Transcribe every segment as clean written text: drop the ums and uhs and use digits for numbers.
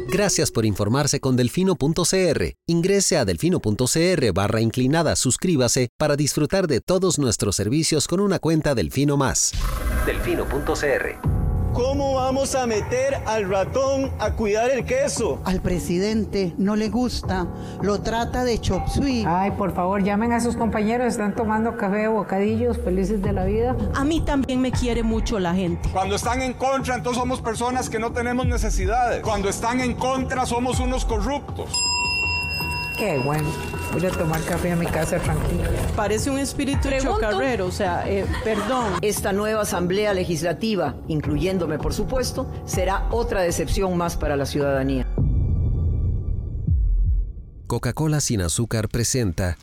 Gracias por informarse con Delfino.cr. Ingrese a Delfino.cr/inclinada, suscríbase para disfrutar de todos nuestros servicios con una cuenta Delfino Más. Delfino.cr. ¿Cómo vamos a meter al ratón a cuidar el queso? Al presidente no le gusta, lo trata de chop suey. Ay, por favor, llamen a sus compañeros, están tomando café o bocadillos, felices de la vida. A mí también me quiere mucho la gente. Cuando están en contra, entonces somos personas que no tenemos necesidades. Cuando están en contra, somos unos corruptos. Qué bueno, voy a tomar café a mi casa tranquilo. Parece un espíritu chocarrero, perdón. Esta nueva asamblea legislativa, incluyéndome por supuesto, será otra decepción más para la ciudadanía. Coca-Cola sin azúcar presenta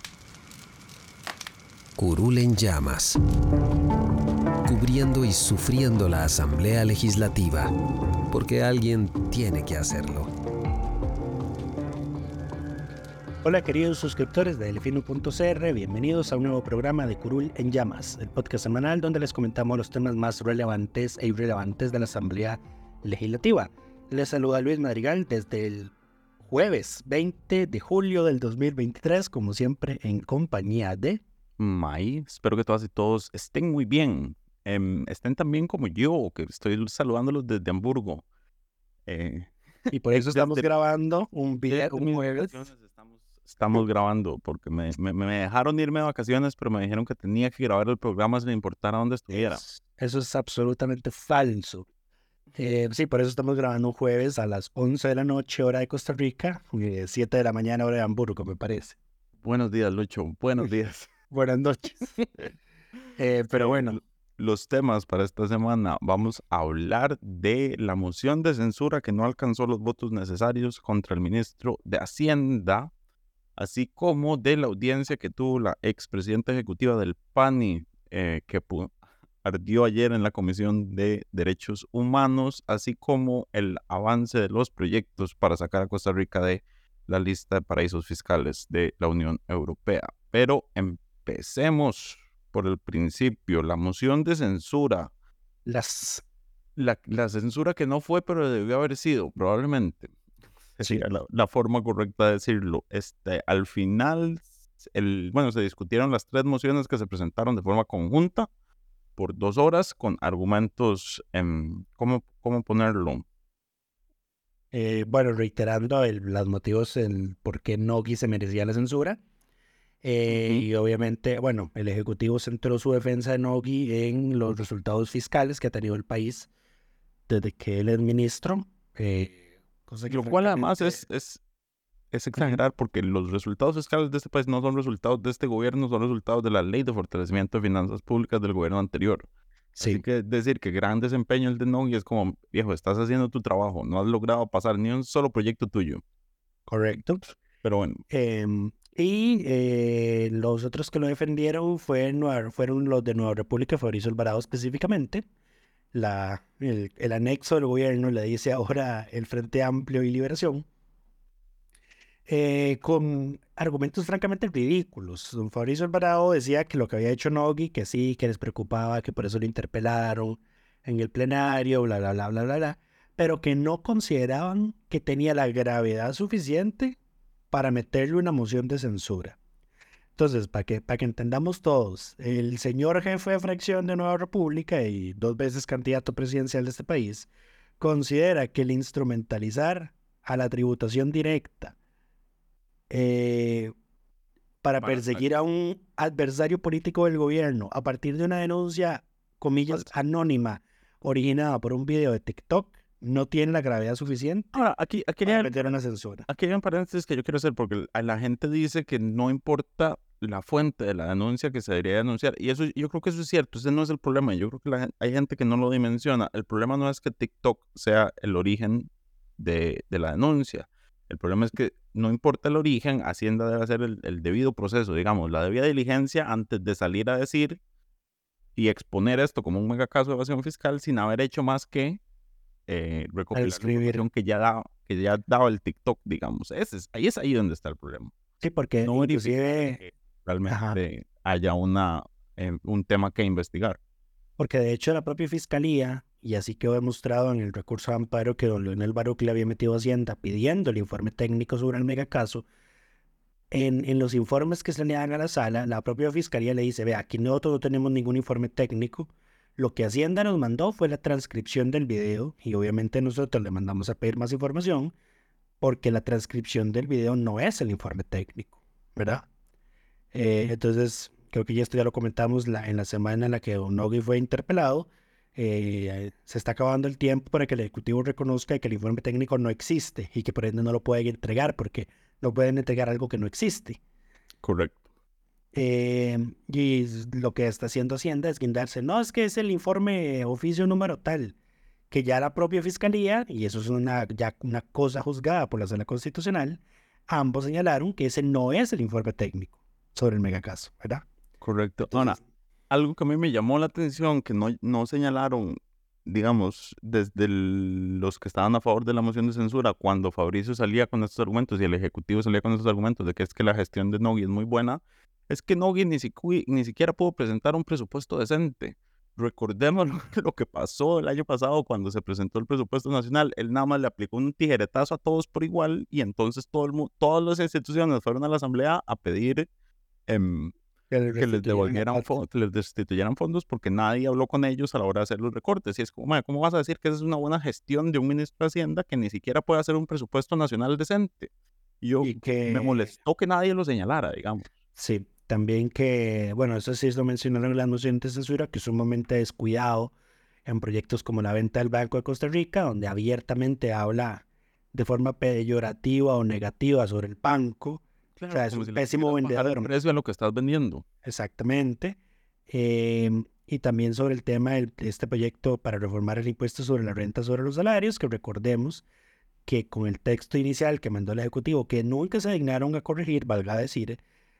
Curul en llamas, cubriendo y sufriendo la asamblea legislativa, porque alguien tiene que hacerlo. Hola queridos suscriptores de Delfino.cr, bienvenidos a un nuevo programa de Curul en Llamas, el podcast semanal donde les comentamos los temas más relevantes e irrelevantes de la Asamblea Legislativa. Les saluda Luis Madrigal desde el jueves 20 de julio del 2023, como siempre en compañía de May. Espero que todas y todos estén muy bien, estén tan bien como yo, que estoy saludándolos desde Hamburgo. Y por eso estamos grabando un video un jueves. Estamos grabando porque me dejaron irme de vacaciones, pero me dijeron que tenía que grabar el programa sin importar a dónde estuviera. Eso es absolutamente falso. Sí, por eso estamos grabando un jueves a las 11 de la noche, hora de Costa Rica, 7 de la mañana, hora de Hamburgo, me parece. Buenos días, Lucho. Buenos días. Buenas noches. Pero bueno. Los temas para esta semana, vamos a hablar de la moción de censura que no alcanzó los votos necesarios contra el ministro de Hacienda, así como de la audiencia que tuvo la expresidenta ejecutiva del PANI, que ardió ayer en la Comisión de Derechos Humanos, así como el avance de los proyectos para sacar a Costa Rica de la lista de paraísos fiscales de la Unión Europea. Pero empecemos por el principio, la moción de censura. La censura que no fue, pero debió haber sido, probablemente. Sí. La forma correcta de decirlo. Al final, se discutieron las 3 mociones que se presentaron de forma conjunta por 2 horas con argumentos, ¿cómo ponerlo? Reiterando los motivos por qué Nogui se merecía la censura. Y obviamente, el Ejecutivo centró su defensa de Nogui en los resultados fiscales que ha tenido el país desde que él es ministro. Lo cual además es exagerar, porque los resultados fiscales de este país no son resultados de este gobierno, son resultados de la Ley de Fortalecimiento de Finanzas Públicas del gobierno anterior. Sí. Así que decir que gran desempeño el de Nogui es como, viejo, estás haciendo tu trabajo, no has logrado pasar ni un solo proyecto tuyo. Correcto. Pero bueno. Los otros que lo defendieron fueron los de Nueva República, Fabricio Alvarado específicamente. El anexo del gobierno le dice ahora el Frente Amplio y Liberación, con argumentos francamente ridículos. Don Fabricio Alvarado decía que lo que había hecho Nogui, que sí, que les preocupaba, que por eso lo interpelaron en el plenario, bla, bla, bla, bla, bla, bla, pero que no consideraban que tenía la gravedad suficiente para meterle una moción de censura. Entonces, para que entendamos todos, el señor jefe de fracción de Nueva República y 2 veces candidato presidencial de este país, considera que el instrumentalizar a la tributación directa para perseguir a un adversario político del gobierno a partir de una denuncia, comillas, anónima, originada por un video de TikTok, no tiene la gravedad suficiente para meter una censura. Aquí hay un paréntesis que yo quiero hacer, porque la gente dice que no importa la fuente de la denuncia que se debería denunciar, y eso yo creo que eso es cierto, ese no es el problema. Yo creo que hay gente que no lo dimensiona. El problema no es que TikTok sea el origen de la denuncia. El problema es que no importa el origen, Hacienda debe hacer el debido proceso, digamos, la debida diligencia antes de salir a decir y exponer esto como un mega caso de evasión fiscal sin haber hecho más que recopilar la información que ya daba el TikTok, digamos. Ahí es donde está el problema. Sí, porque no inclusive que realmente haya un tema que investigar. Porque de hecho la propia Fiscalía y así quedó demostrado en el recurso de amparo que don Leonel Baruch le había metido a Hacienda pidiendo el informe técnico sobre el megacaso. En los informes que se le dan a la sala, la propia fiscalía le dice, vea, aquí nosotros no tenemos ningún informe técnico, lo que Hacienda nos mandó fue la transcripción del video y obviamente nosotros le mandamos a pedir más información porque la transcripción del video no es el informe técnico, ¿verdad? Entonces, creo que esto ya lo comentamos en la semana en la que don Nogui fue interpelado. Se está acabando el tiempo para que el Ejecutivo reconozca que el informe técnico no existe y que por ende no lo pueden entregar porque no pueden entregar algo que no existe. Correcto. Y lo que está haciendo Hacienda es guindarse. No, es que es el informe oficio número tal, que ya la propia Fiscalía, y eso es ya una cosa juzgada por la Sala Constitucional, ambos señalaron que ese no es el informe técnico sobre el megacaso, ¿verdad? Correcto. Entonces, Ahora, algo que a mí me llamó la atención, que no señalaron, digamos, desde los que estaban a favor de la moción de censura, cuando Fabricio salía con estos argumentos y el Ejecutivo salía con estos argumentos de que es que la gestión de Nogui es muy buena, es que Nogui ni siquiera pudo presentar un presupuesto decente. Recordemos lo que pasó el año pasado cuando se presentó el presupuesto nacional. Él nada más le aplicó un tijeretazo a todos por igual y entonces todas las instituciones fueron a la Asamblea a pedir que les devolvieran que les destituyeran fondos porque nadie habló con ellos a la hora de hacer los recortes. Y es como, ¿cómo vas a decir que esa es una buena gestión de un ministro de Hacienda que ni siquiera puede hacer un presupuesto nacional decente? Y me molestó que nadie lo señalara, digamos. Sí, también que, bueno, eso sí lo mencionaron en las mociones de censura, que es sumamente descuidado en proyectos como la venta del Banco de Costa Rica, donde abiertamente habla de forma peyorativa o negativa sobre el banco. Claro, o sea, es un pésimo vendedor. El precio a lo que estás vendiendo. Exactamente. Y también sobre el tema de este proyecto para reformar el impuesto sobre la renta sobre los salarios, que recordemos que con el texto inicial que mandó el Ejecutivo, que nunca se dignaron a corregir, valga decir,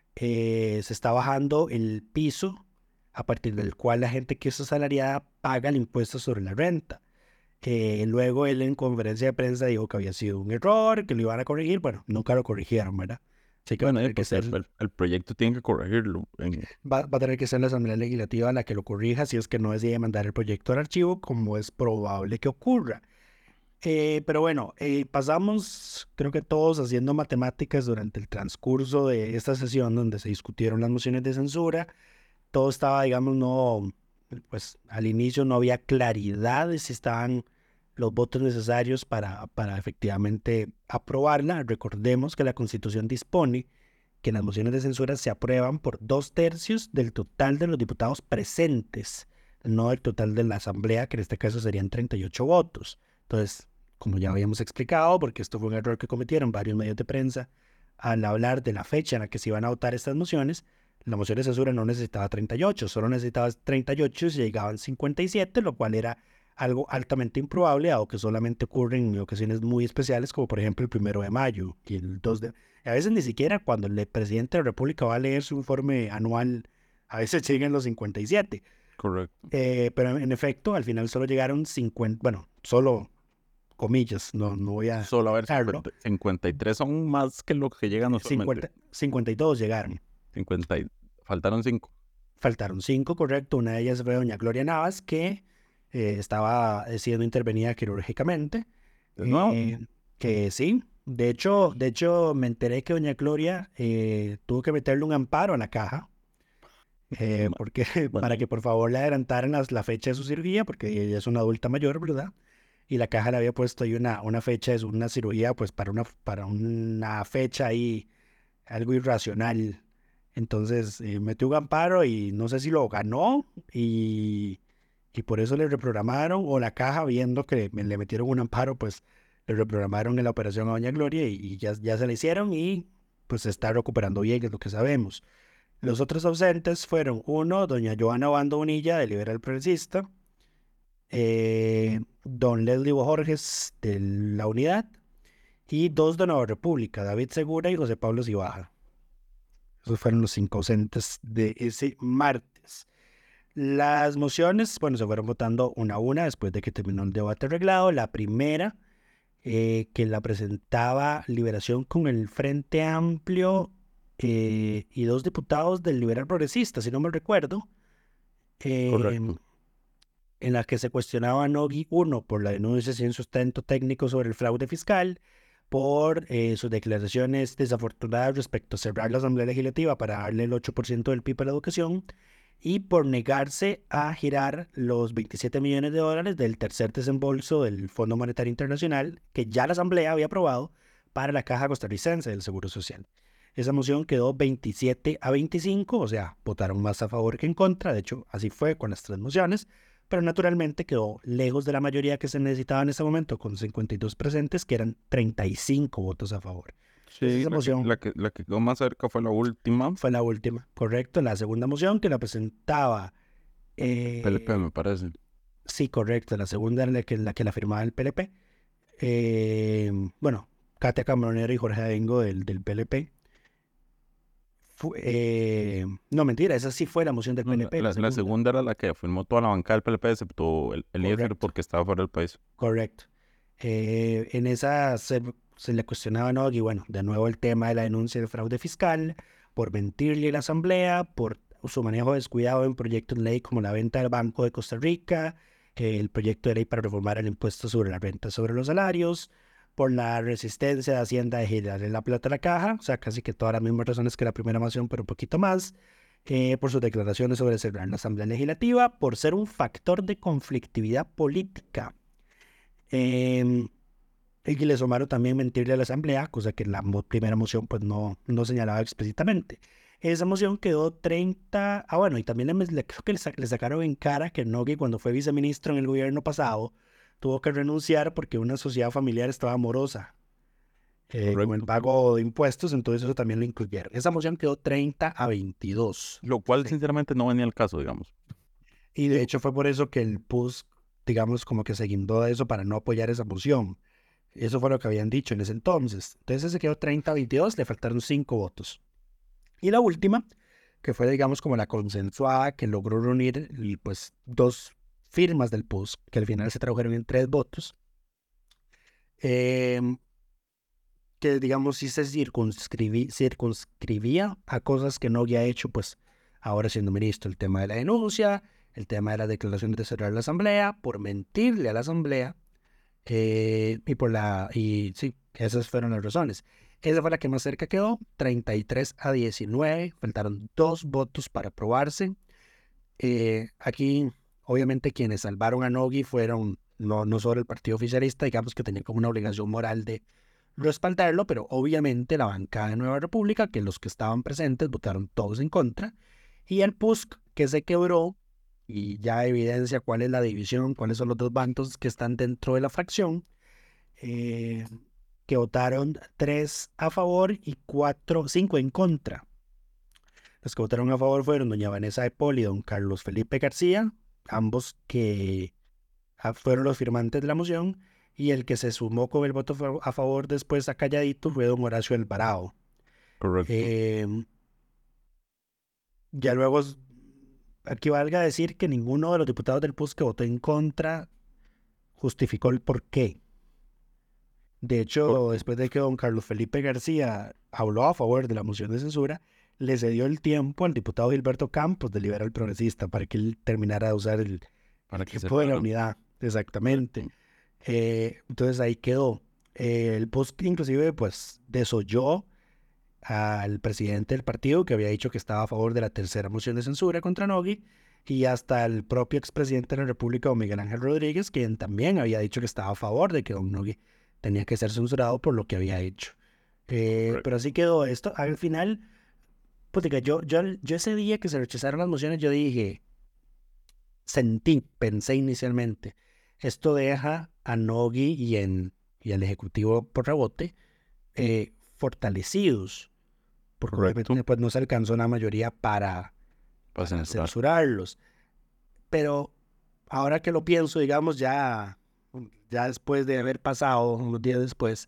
se está bajando el piso a partir del cual la gente que es asalariada paga el impuesto sobre la renta. Luego él en conferencia de prensa dijo que había sido un error, que lo iban a corregir. Bueno, nunca lo corrigieron, ¿verdad? Así que bueno, el proyecto tiene que corregirlo. Va a tener que ser la Asamblea Legislativa la que lo corrija si es que no decide mandar el proyecto al archivo, como es probable que ocurra. Pero bueno, pasamos, creo que todos haciendo matemáticas durante el transcurso de esta sesión donde se discutieron las mociones de censura. Todo estaba, digamos, pues al inicio no había claridad de si estaban los votos necesarios para efectivamente aprobarla. Recordemos que la Constitución dispone que las mociones de censura se aprueban por 2/3 del total de los diputados presentes, no del total de la Asamblea, que en este caso serían 38 votos. Entonces, como ya habíamos explicado, porque esto fue un error que cometieron varios medios de prensa al hablar de la fecha en la que se iban a votar estas mociones, la moción de censura no necesitaba 38, solo necesitaba 38 y llegaban 57, lo cual era algo altamente improbable, dado que solamente ocurre en ocasiones muy especiales, como por ejemplo el 1 de mayo y el 2 de... A veces ni siquiera cuando el presidente de la República va a leer su informe anual, a veces llegan los 57. Correcto. Pero en efecto, al final solo llegaron 50, bueno, solo comillas, no voy a... Solo a ver, 53 son más que lo que llegan usualmente. 52 llegaron. Faltaron 5. Faltaron 5, correcto. Una de ellas fue doña Gloria Navas, que estaba siendo intervenida quirúrgicamente. ¿De nuevo? Que sí. De hecho, me enteré que doña Gloria tuvo que meterle un amparo a la caja. Porque, para que por favor le adelantaran la fecha de su cirugía, porque ella es una adulta mayor, ¿verdad? Y la caja le había puesto ahí una fecha de una cirugía, pues para una fecha ahí, algo irracional. Entonces metió un amparo y no sé si lo ganó y por eso le reprogramaron, o la caja, viendo que le metieron un amparo, pues le reprogramaron en la operación a doña Gloria y ya se la hicieron y pues se está recuperando bien, es lo que sabemos. Los otros ausentes fueron, uno, doña Joana Obando Bonilla, de Liberal Progresista, don Leslie Bojorges, de La Unidad, y 2 de Nueva República, David Segura y José Pablo Cibaja. Esos fueron los 5 ausentes de ese martes. Las mociones, bueno, se fueron votando una a una después de que terminó el debate arreglado. La primera, que la presentaba Liberación con el Frente Amplio y 2 diputados del Liberal Progresista, si no me recuerdo. Correcto. en la que se cuestionaba a Nogui, uno, por la denuncia sin sustento técnico sobre el fraude fiscal, por sus declaraciones desafortunadas respecto a cerrar la Asamblea Legislativa para darle el 8% del PIB a la educación, y por negarse a girar los 27 millones de dólares del tercer desembolso del Fondo Monetario Internacional, que ya la Asamblea había aprobado para la Caja Costarricense del Seguro Social. Esa moción quedó 27-25, o sea, votaron más a favor que en contra. De hecho, así fue con las 3 mociones, pero naturalmente quedó lejos de la mayoría que se necesitaba en ese momento, con 52 presentes, que eran 35 votos a favor. Sí, Esa moción la que quedó más cerca fue la última. fue la última, correcto. La segunda moción que la presentaba... PLP, me parece. Sí, correcto. La segunda era la que la firmaba el PLP. Bueno, Katia Cambronero y Jorge Abengo del PLP. No, mentira, esa sí fue la moción del No, PLP. la segunda era la que firmó toda la bancada del PLP, excepto el líder Correcto. porque estaba fuera del país. Correcto. En esa se le cuestionaba a Nogui, bueno, de nuevo el tema de la denuncia de fraude fiscal, por mentirle a la Asamblea, por su manejo descuidado en proyectos de ley como la venta del Banco de Costa Rica, el proyecto de ley para reformar el impuesto sobre la renta sobre los salarios, por la resistencia de Hacienda de girarle la plata a la caja, o sea, casi que todas las mismas razones que la primera moción, pero un poquito más, por sus declaraciones sobre cerrar la Asamblea Legislativa, por ser un factor de conflictividad política. Y que le sumaron también mentirle a la Asamblea, cosa que la primera moción pues no señalaba explícitamente. Esa moción quedó 30... bueno, y también creo que le sacaron en cara que Nogui, cuando fue viceministro en el gobierno pasado, tuvo que renunciar porque una sociedad familiar estaba morosa con el pago de impuestos, entonces eso también lo incluyeron. Esa moción quedó 30-22. Lo cual, Sí. sinceramente, no venía al caso, digamos. Y de hecho fue por eso que el PUS, digamos, como que se guindó de eso para no apoyar esa moción. Eso fue lo que habían dicho en ese entonces. Entonces se quedó 30-22, le faltaron 5 votos. Y la última, que fue, digamos, como la consensuada, que logró reunir pues 2 firmas del PUS, que al final se tradujeron en 3 votos, que, digamos, sí se circunscribía a cosas que no había hecho, pues, ahora siendo ministro. El tema de la denuncia, el tema de las declaraciones de cerrar la Asamblea, por mentirle a la Asamblea, y sí, esas fueron las razones. Esa fue la que más cerca quedó, 33-19, faltaron 2 votos para aprobarse. Aquí, obviamente, quienes salvaron a Nogui fueron no solo el partido oficialista, digamos que tenía como una obligación moral de respaldarlo, pero obviamente la bancada de Nueva República, que los que estaban presentes votaron todos en contra, y el PUSC, que se quebró, y ya evidencia cuál es la división, cuáles son los 2 bandos que están dentro de la fracción, que votaron 3 a favor y 5 en contra. Los que votaron a favor fueron doña Vanessa de Paul y don Carlos Felipe García, ambos que fueron los firmantes de la moción, y el que se sumó con el voto a favor después a calladito fue don Horacio Alvarado. Correcto. Ya luego, aquí valga decir que ninguno de los diputados del PUS que votó en contra justificó el por qué. De hecho, después de que don Carlos Felipe García habló a favor de la moción de censura, le cedió el tiempo al diputado Gilberto Campos del Liberal Progresista para que él terminara de usar el tiempo de la unidad. Exactamente. Entonces ahí quedó. El PUS inclusive pues desoyó al presidente del partido, que había dicho que estaba a favor de la tercera moción de censura contra Nogui, y hasta el propio expresidente de la República, don Miguel Ángel Rodríguez, quien también había dicho que estaba a favor de que don Nogui tenía que ser censurado por lo que había hecho. Pero así quedó esto. Al final, pues diga, yo ese día que se rechazaron las mociones, yo dije, pensé inicialmente, esto deja a Nogui y al Ejecutivo por rebote fortalecidos, porque obviamente pues, no se alcanzó una mayoría para censurarlos. Pero ahora que lo pienso, digamos, ya después de haber pasado unos días después,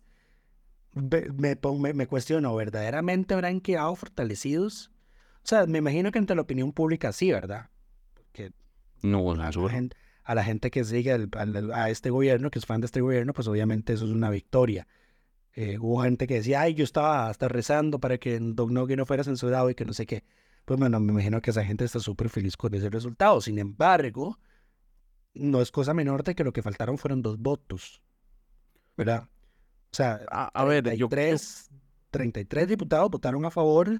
me cuestiono, ¿verdaderamente habrán quedado fortalecidos? O sea, me imagino que entre la opinión pública sí, ¿verdad? Porque no, a la gente que sigue a este gobierno, que es fan de este gobierno, pues obviamente eso es una victoria. Hubo gente que decía, ay, yo estaba hasta rezando para que don Nogui no fuera censurado y que no sé qué. Pues bueno, me imagino que esa gente está súper feliz con ese resultado. Sin embargo, no es cosa menor de que lo que faltaron fueron 2 votos, ¿verdad? O sea, A ver, 33 diputados votaron a favor,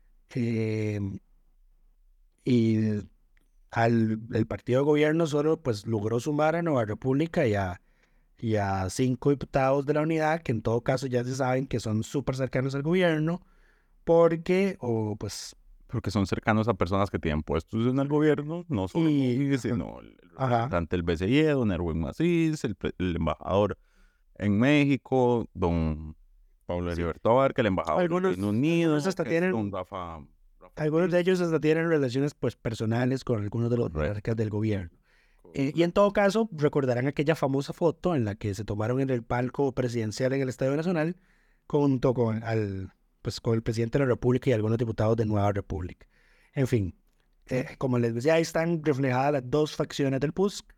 y el partido de gobierno solo pues logró sumar a Nueva República y a 5 diputados de la unidad, que en todo caso ya se saben que son súper cercanos al gobierno, porque son cercanos a personas que tienen puestos en el gobierno, no solo sino el representante del BCE, don Erwin Macís, el embajador en México, don Pablo Heriberto Abarca, el embajador del Reino Unido, don Rafa. Algunos de ellos hasta tienen relaciones pues personales con algunos de los jerarcas del gobierno. Y en todo caso, recordarán aquella famosa foto en la que se tomaron en el palco presidencial en el Estadio Nacional junto con el presidente de la República y algunos diputados de Nueva República. En fin, como les decía, ahí están reflejadas las 2 facciones del PUSC.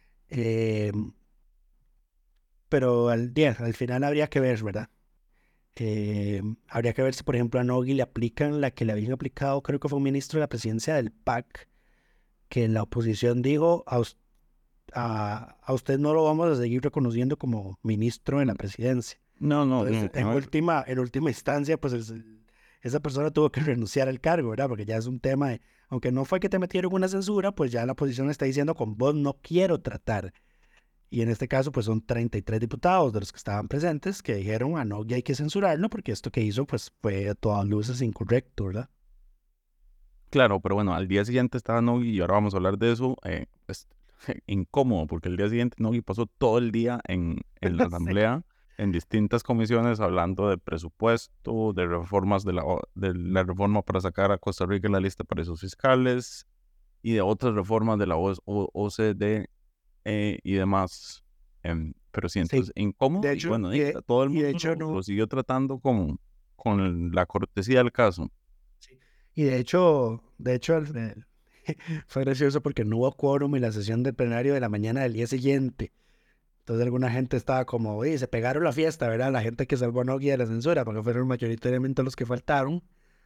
Pero al final habría que ver, ¿verdad? Habría que ver si, por ejemplo, a Nogui le aplican la que le habían aplicado, creo que fue un ministro de la presidencia del PAC, que en la oposición dijo, a usted no lo vamos a seguir reconociendo como ministro en la presidencia. No. Entonces, en última instancia, pues esa persona tuvo que renunciar al cargo, ¿verdad? Porque ya es un tema aunque no fue que te metieron una censura, pues ya la oposición está diciendo, con vos no quiero tratar. Y en este caso, pues son 33 diputados de los que estaban presentes que dijeron, no, ya hay que censurarlo porque esto que hizo, pues fue a todas luces incorrecto, ¿verdad? Claro, pero bueno, al día siguiente estaba Nogui y ahora vamos a hablar de eso. Es incómodo porque el día siguiente Nogui pasó todo el día en la asamblea, en distintas comisiones, hablando de presupuesto, de reformas de la reforma para sacar a Costa Rica en la lista de paraísos fiscales y de otras reformas de la OCDE. Y demás, pero sí, entonces incómodo, de hecho, todo el mundo lo siguió tratando con la cortesía del caso. Sí. Y de hecho fue gracioso porque no hubo quórum en la sesión del plenario de la mañana del día siguiente. Entonces alguna gente estaba como, oye, se pegaron la fiesta, ¿verdad? La gente que salvó a Nogui de la censura, porque fueron mayoritariamente los que faltaron.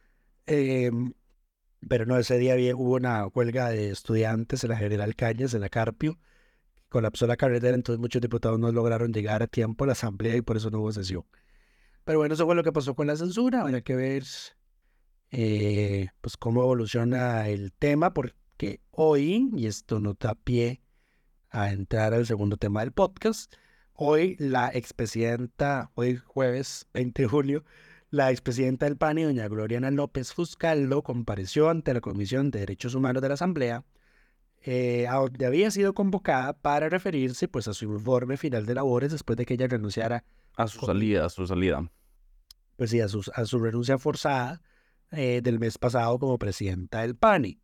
Pero no, ese día hubo una huelga de estudiantes en la General Cañas, en la Carpio. Colapsó la carretera, entonces muchos diputados no lograron llegar a tiempo a la asamblea y por eso no hubo sesión. Pero bueno, eso fue lo que pasó con la censura. Habrá que ver pues cómo evoluciona el tema, porque hoy, y esto nos da pie a entrar al segundo tema del podcast, hoy la expresidenta, hoy jueves 20 de julio, la expresidenta del PANI, doña Gloriana López Fuscaldo, compareció ante la Comisión de Derechos Humanos de la Asamblea, a donde había sido convocada para referirse pues a su informe final de labores después de que ella renunciara a su salida. Pues sí, a su renuncia forzada del mes pasado como presidenta del PANI.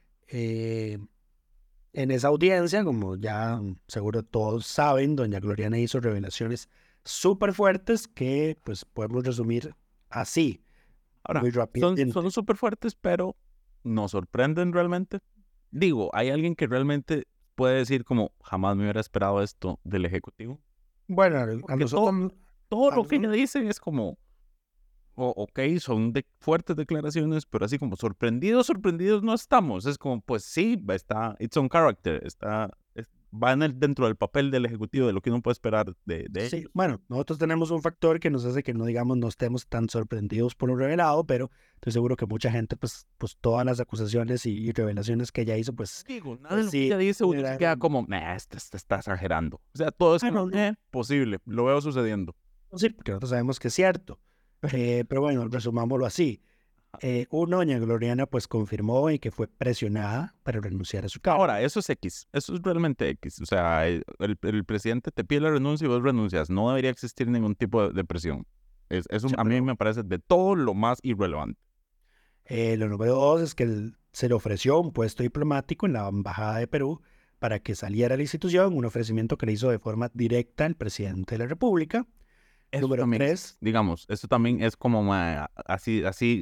En esa audiencia, como ya seguro todos saben, doña Gloriana hizo revelaciones súper fuertes que pues podemos resumir así. Ahora, son súper fuertes, pero nos sorprenden realmente. Digo, ¿hay alguien que realmente puede decir como jamás me hubiera esperado esto del Ejecutivo? Bueno, a nosotros, todo lo que ella dice es como, ok, son fuertes declaraciones, pero así como sorprendidos no estamos. Es como, pues sí, it's on character, va dentro del papel del Ejecutivo, de lo que uno puede esperar de sí, ellos. Bueno, nosotros tenemos un factor que nos hace que no estemos tan sorprendidos por lo revelado, pero estoy seguro que mucha gente, pues todas las acusaciones y revelaciones que ella hizo, pues... Digo, nada de lo que ella dice, uno se queda como, está exagerando. O sea, todo es posible, lo veo sucediendo. Sí, porque nosotros sabemos que es cierto, pero bueno, resumámoslo así. Doña Gloriana pues confirmó y que fue presionada para renunciar a su cargo. Ahora, eso es X, eso es realmente X. O sea, el presidente te pide la renuncia y vos renuncias. No debería existir ningún tipo de presión. Eso a mí me parece de todo lo más irrelevante. Lo número 2 es que se le ofreció un puesto diplomático en la Embajada de Perú para que saliera a la institución, un ofrecimiento que le hizo de forma directa el presidente de la República. Número 3. Digamos, esto también es como así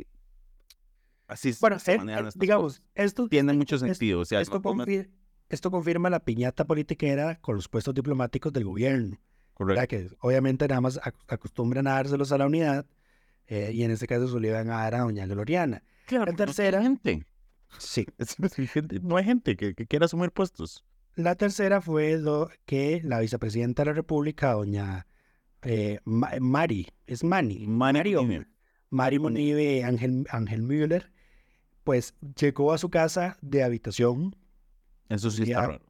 bueno, digamos, esto tiene mucho sentido. O sea, esto confirma la piñata politiquera con los puestos diplomáticos del gobierno. Correcto. Que obviamente nada más acostumbran a dárselos a la unidad, y en este caso se lo iban a dar a doña Gloriana. Claro, la tercera gente. Sí. No hay gente que quiera asumir puestos. La tercera fue que la vicepresidenta de la República, doña Mari Monive Ángel Müller, pues llegó a su casa de habitación Eso sí está raro.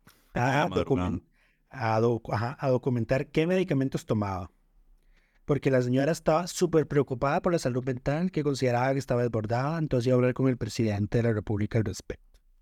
a documentar qué medicamentos tomaba. Porque la señora estaba súper preocupada por la salud mental, que consideraba que estaba desbordada, entonces iba a hablar con el presidente de la República al respecto.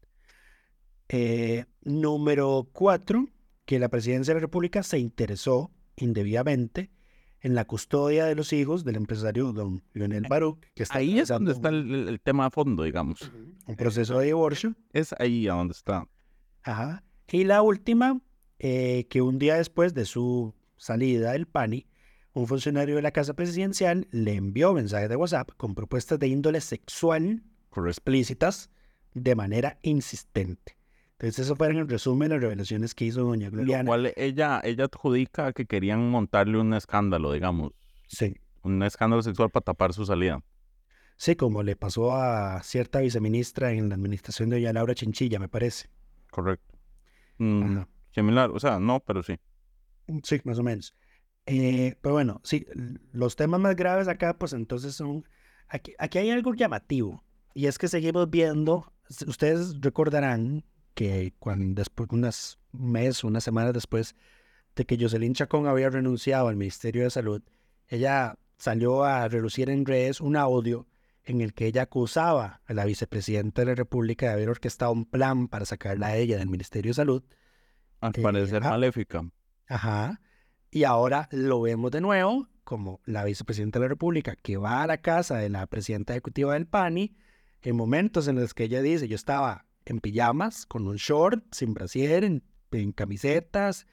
Número 4, que la presidencia de la República se interesó indebidamente en la custodia de los hijos del empresario don Lionel Baruch, que está ahí es donde está el tema de fondo, digamos. Un proceso de divorcio. Es ahí a donde está. Ajá. Y la última, que un día después de su salida del PANI, un funcionario de la Casa Presidencial le envió mensajes de WhatsApp con propuestas de índole sexual explícitas de manera insistente. Entonces eso fue en resumen las revelaciones que hizo doña Gloriana. Lo cual ella adjudica que querían montarle un escándalo, digamos. Sí. Un escándalo sexual para tapar su salida. Sí, como le pasó a cierta viceministra en la administración de doña Laura Chinchilla, me parece. Correcto. Similar, o sea, no, pero sí. Sí, más o menos. Pero bueno, sí, los temas más graves acá, pues entonces son... Aquí hay algo llamativo, y es que seguimos viendo, ustedes recordarán que después, unas semanas después de que Jocelyn Chacón había renunciado al Ministerio de Salud, ella salió a relucir en redes un audio en el que ella acusaba a la vicepresidenta de la República de haber orquestado un plan para sacarla a ella del Ministerio de Salud. Al parecer maléfica. Ajá. Y ahora lo vemos de nuevo como la vicepresidenta de la República que va a la casa de la presidenta ejecutiva del PANI en momentos en los que ella dice, yo estaba en pijamas, con un short, sin brasier, en camisetas,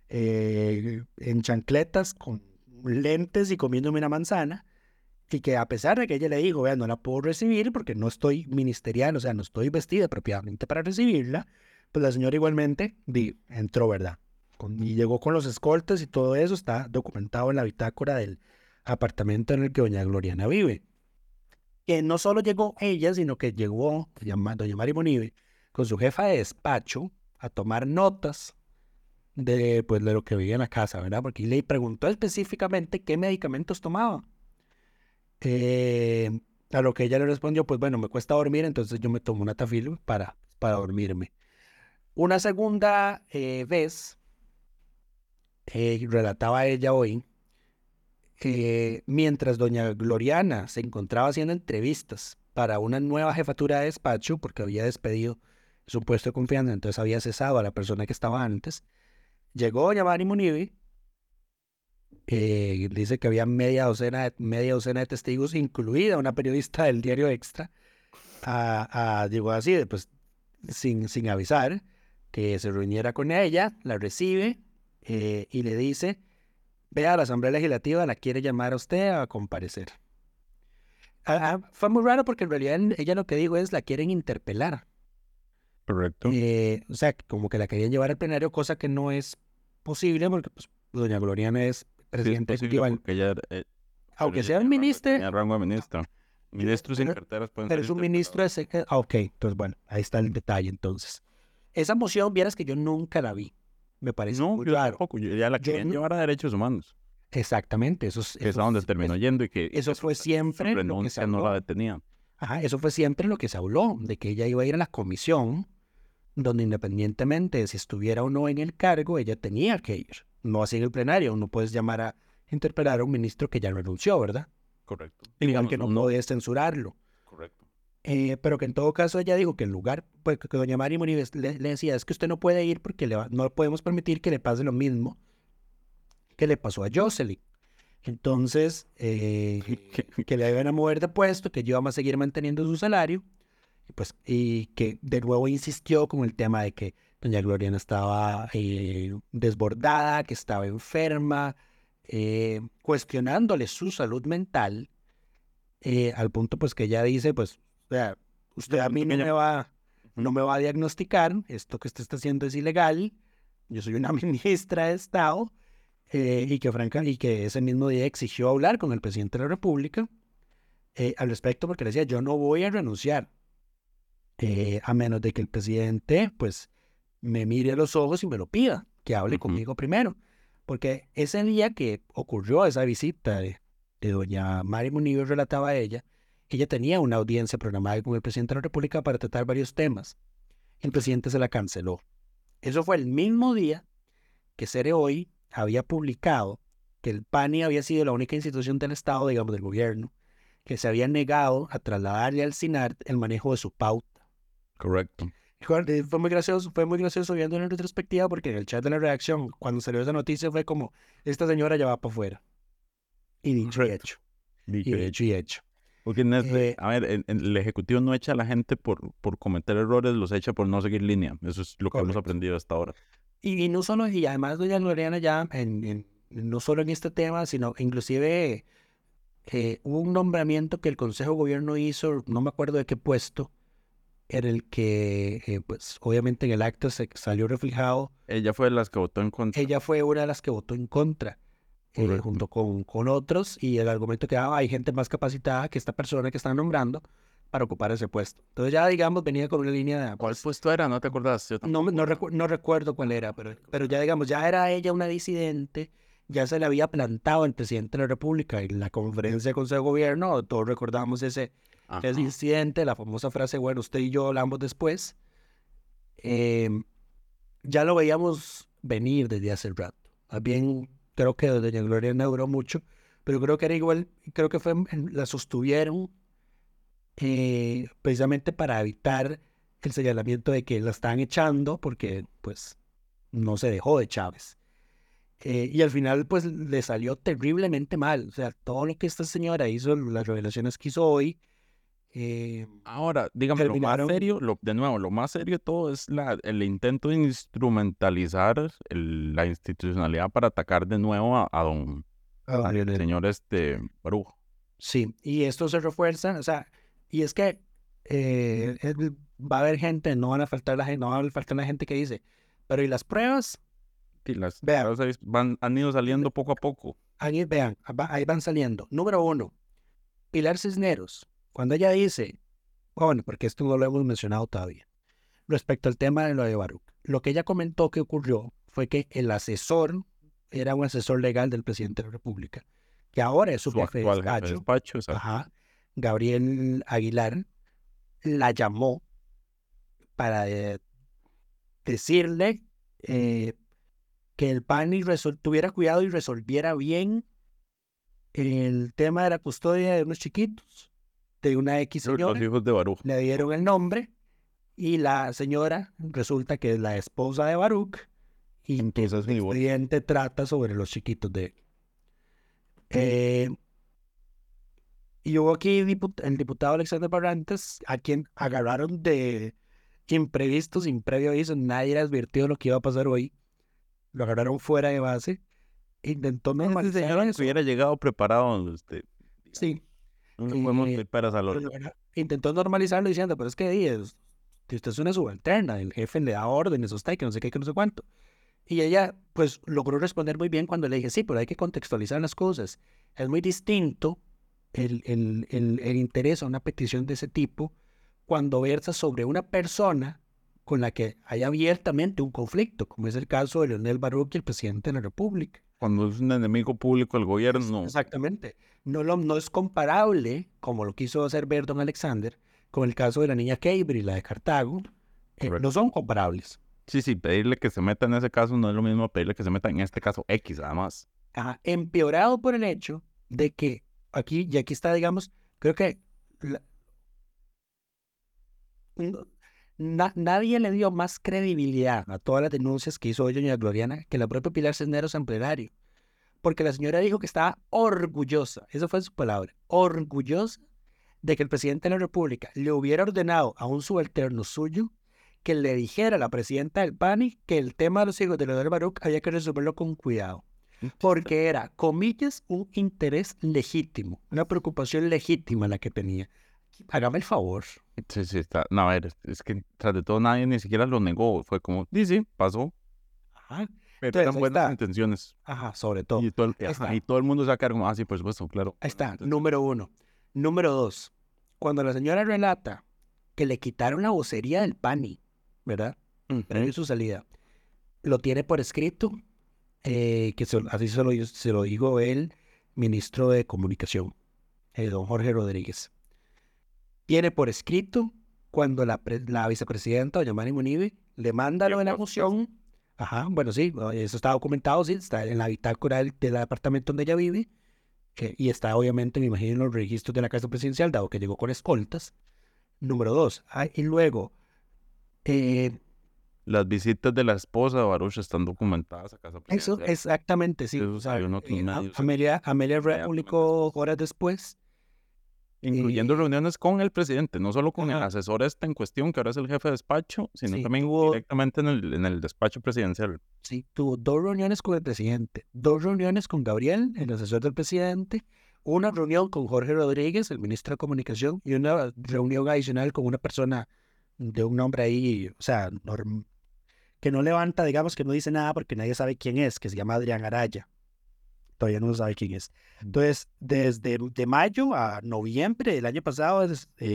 en chancletas, con lentes y comiéndome una manzana, y que a pesar de que ella le dijo, vea, no la puedo recibir porque no estoy ministerial, o sea, no estoy vestida apropiadamente para recibirla, pues la señora igualmente entró, ¿verdad? Y llegó con los escoltas y todo eso está documentado en la bitácora del apartamento en el que doña Gloriana vive. Que no solo llegó ella, sino que llegó doña Mari Monive con su jefa de despacho a tomar notas de lo que vivía en la casa, ¿verdad? Porque le preguntó específicamente qué medicamentos tomaba. A lo que ella le respondió, pues bueno, me cuesta dormir, entonces yo me tomo una Tafil para dormirme. Una segunda vez, relataba ella hoy, mientras doña Gloriana se encontraba haciendo entrevistas para una nueva jefatura de despacho, porque había despedido su puesto de confianza, entonces había cesado a la persona que estaba antes, llegó doña Mari Monive, dice que había media docena de testigos, incluida una periodista del diario Extra, llegó así, pues sin avisar, que se reuniera con ella, la recibe y le dice, vea, la Asamblea Legislativa la quiere llamar a usted a comparecer. Fue muy raro porque en realidad ella lo que dijo es, la quieren interpelar. Correcto. O sea, como que la querían llevar al plenario, cosa que no es posible porque pues, doña Gloriana es presidenta ejecutiva. Aunque sea un ministro. Tenía rango de ministro. Ministros sin carteras pueden ser. Pero es un ministro de... ok, entonces bueno, ahí está el detalle entonces. Esa moción, vieras que yo nunca la vi. Me parece muy raro. Tampoco. Ya la querían llevar a derechos humanos. Exactamente. Eso es a donde terminó yendo y que... Eso fue siempre lo que se habló. No la detenían. Ajá, eso fue siempre lo que se habló, de que ella iba a ir a la comisión, donde independientemente de si estuviera o no en el cargo, ella tenía que ir. No así en el plenario. No puedes llamar a interpelar a un ministro que ya renunció, ¿verdad? Correcto. Igual que no podés censurarlo. Correcto. Pero que en todo caso ella dijo que en lugar, pues que doña Mari Monive le decía, es que usted no puede ir porque no podemos permitir que le pase lo mismo que le pasó a Jocelyn. Entonces, que le iban a mover de puesto, que yo iba a seguir manteniendo su salario, y que de nuevo insistió con el tema de que doña Gloriana estaba desbordada, que estaba enferma, cuestionándole su salud mental, al punto pues que ella dice, pues, o sea, usted a mí no me va a diagnosticar, esto que usted está haciendo es ilegal, yo soy una ministra de Estado, y que ese mismo día exigió hablar con el presidente de la República al respecto, porque le decía, yo no voy a renunciar, a menos de que el presidente, pues, me mire a los ojos y me lo pida, que hable conmigo primero. Porque ese día que ocurrió esa visita de doña Mari Munives, relataba ella tenía una audiencia programada con el presidente de la República para tratar varios temas. El presidente se la canceló. Eso fue el mismo día que Cere Hoy había publicado que el PANI había sido la única institución del Estado, digamos, del gobierno, que se había negado a trasladarle al SINART el manejo de su pauta. Correcto. Fue muy gracioso viendo en retrospectiva, porque en el chat de la redacción, cuando salió esa noticia, fue como, esta señora ya va para afuera. Y dicho y hecho. Dicho y hecho. Porque a ver, el Ejecutivo no echa a la gente por cometer errores, los echa por no seguir línea. Eso es lo que hemos aprendido hasta ahora. Y no solo, y además doña Gloriana ya, no solo en este tema, sino inclusive hubo un nombramiento que el Consejo de Gobierno hizo, no me acuerdo de qué puesto, en el que, pues, obviamente en el acta se salió reflejado. Ella fue de las que votó en contra. Ella fue una de las que votó en contra, junto con otros, y el argumento que daba, hay gente más capacitada que esta persona que están nombrando para ocupar ese puesto. Entonces ya, digamos, venía con una línea de... ¿Cuál puesto era? ¿No te acordás? No recuerdo cuál era, pero ya, digamos, ya era ella una disidente, ya se le había plantado al presidente de la República en la conferencia de Consejo de Gobierno, todos recordamos ese incidente, la famosa frase, bueno, usted y yo hablamos después. Ya lo veíamos venir desde hace rato. Más bien, creo que doña Gloriana duró mucho, pero creo que era igual, creo que la sostuvieron precisamente para evitar el señalamiento de que la estaban echando, porque pues no se dejó de Chávez. Y al final pues le salió terriblemente mal. O sea, todo lo que esta señora hizo, las revelaciones que hizo hoy, ahora, digamos, lo más serio de todo es el intento de instrumentalizar la institucionalidad para atacar de nuevo al señor Baruch. Sí, y esto se refuerza, o sea, y es que va a haber gente, no va a faltar la gente que dice, pero ¿y las pruebas? Sí, las pruebas han ido saliendo poco a poco. Ahí van saliendo. Número 1, Pilar Cisneros, cuando ella dice, bueno, porque esto no lo hemos mencionado todavía, respecto al tema de lo de Baruch, lo que ella comentó que ocurrió fue que el asesor era un asesor legal del presidente de la República, que ahora es su jefe de despacho, Gabriel Aguilar, la llamó para decirle que el PANI tuviera cuidado y resolviera bien el tema de la custodia de unos chiquitos, de una X señora. Los hijos de Baruch. Le dieron el nombre y la señora resulta que es la esposa de Baruch, y entonces el expediente trata sobre los chiquitos de él. Y hubo aquí el diputado Alexander Barrantes, a quien agarraron de imprevisto, sin previo aviso, nadie le advirtió lo que iba a pasar hoy. Lo agarraron fuera de base. Intentó normalizar eso. Hubiera llegado preparado. Sí. No podemos esperar a intentó normalizarlo diciendo, pero es que usted es una subalterna, el jefe le da órdenes a usted, que no sé qué, que no sé cuánto. Y ella, pues, logró responder muy bien cuando le dije, sí, pero hay que contextualizar las cosas. Es muy distinto el interés a una petición de ese tipo cuando versa sobre una persona con la que hay abiertamente un conflicto, como es el caso de Leonel Baruch y el presidente de la República. Cuando es un enemigo público del gobierno. Exactamente. No es comparable, como lo quiso hacer ver don Alexander, con el caso de la niña Keibri, la de Cartago. No son comparables. Sí, pedirle que se meta en ese caso no es lo mismo pedirle que se meta en este caso X, además. Empeorado por el hecho de que aquí está, digamos, creo que nadie le dio más credibilidad a todas las denuncias que hizo hoy doña Gloriana que la propia Pilar Cisneros en plenario. Porque la señora dijo que estaba orgullosa, esa fue su palabra, orgullosa de que el presidente de la República le hubiera ordenado a un subalterno suyo que le dijera a la presidenta del PANI que el tema de los hijos de Leonel Baruch había que resolverlo con cuidado. Porque era, comillas, un interés legítimo, una preocupación legítima la que tenía. Hágame el favor. Sí, está. No, a ver, es que tras de todo nadie ni siquiera lo negó. Fue como, sí, pasó. Ajá. Pero eran buenas intenciones. Ajá, sobre todo. Y todo el mundo se va a quedar como, sí, por supuesto, claro. Ahí está, número 1. Número 2, cuando la señora relata que le quitaron la vocería del PANI, ¿verdad? previo a su salida. Lo tiene por escrito, así se lo dijo el ministro de Comunicación, don Jorge Rodríguez. Tiene por escrito cuando la vicepresidenta, doña Mari Munive, le manda lo de la moción. Ajá, bueno, sí, eso está documentado, sí, está en la bitácora del departamento donde ella vive, y está obviamente, me imagino, en los registros de la Casa Presidencial, dado que llegó con escoltas. Número 2, y luego... las visitas de la esposa de Baruch están documentadas a Casa Presidencial. Eso, exactamente, sí. Eso salió en otros medios. Amelia publicó horas después. Incluyendo reuniones con el presidente, no solo con el asesor en cuestión, que ahora es el jefe de despacho, sino también directamente en el despacho presidencial. Sí, tuvo 2 reuniones con el presidente, 2 reuniones con Gabriel, el asesor del presidente, una reunión con Jorge Rodríguez, el ministro de Comunicación, y una reunión adicional con una persona de un nombre ahí, o sea, que no levanta, digamos, que no dice nada porque nadie sabe quién es, que se llama Adrián Araya. Todavía no sabe quién es. Entonces, desde de mayo a noviembre del año pasado,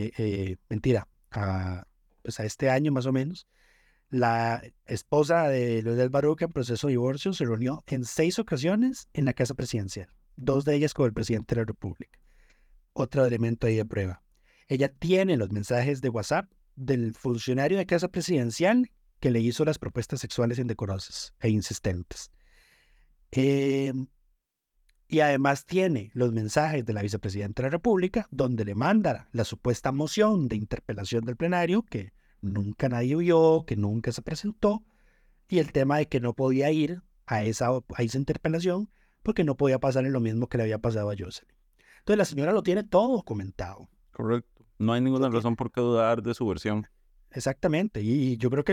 pues a este año más o menos, la esposa de Leonel Baruch en proceso de divorcio se reunió en 6 ocasiones en la Casa Presidencial, 2 de ellas con el presidente de la República. Otro elemento ahí de prueba. Ella tiene los mensajes de WhatsApp del funcionario de Casa Presidencial que le hizo las propuestas sexuales indecorosas e insistentes. Y además tiene los mensajes de la vicepresidenta de la República, donde le manda la supuesta moción de interpelación del plenario, que nunca nadie vio, que nunca se presentó, y el tema de que no podía ir a esa interpelación porque no podía pasarle lo mismo que le había pasado a Jocelyn. Entonces la señora lo tiene todo documentado. Correcto. No hay ninguna razón por qué dudar de su versión. Exactamente. Y yo creo que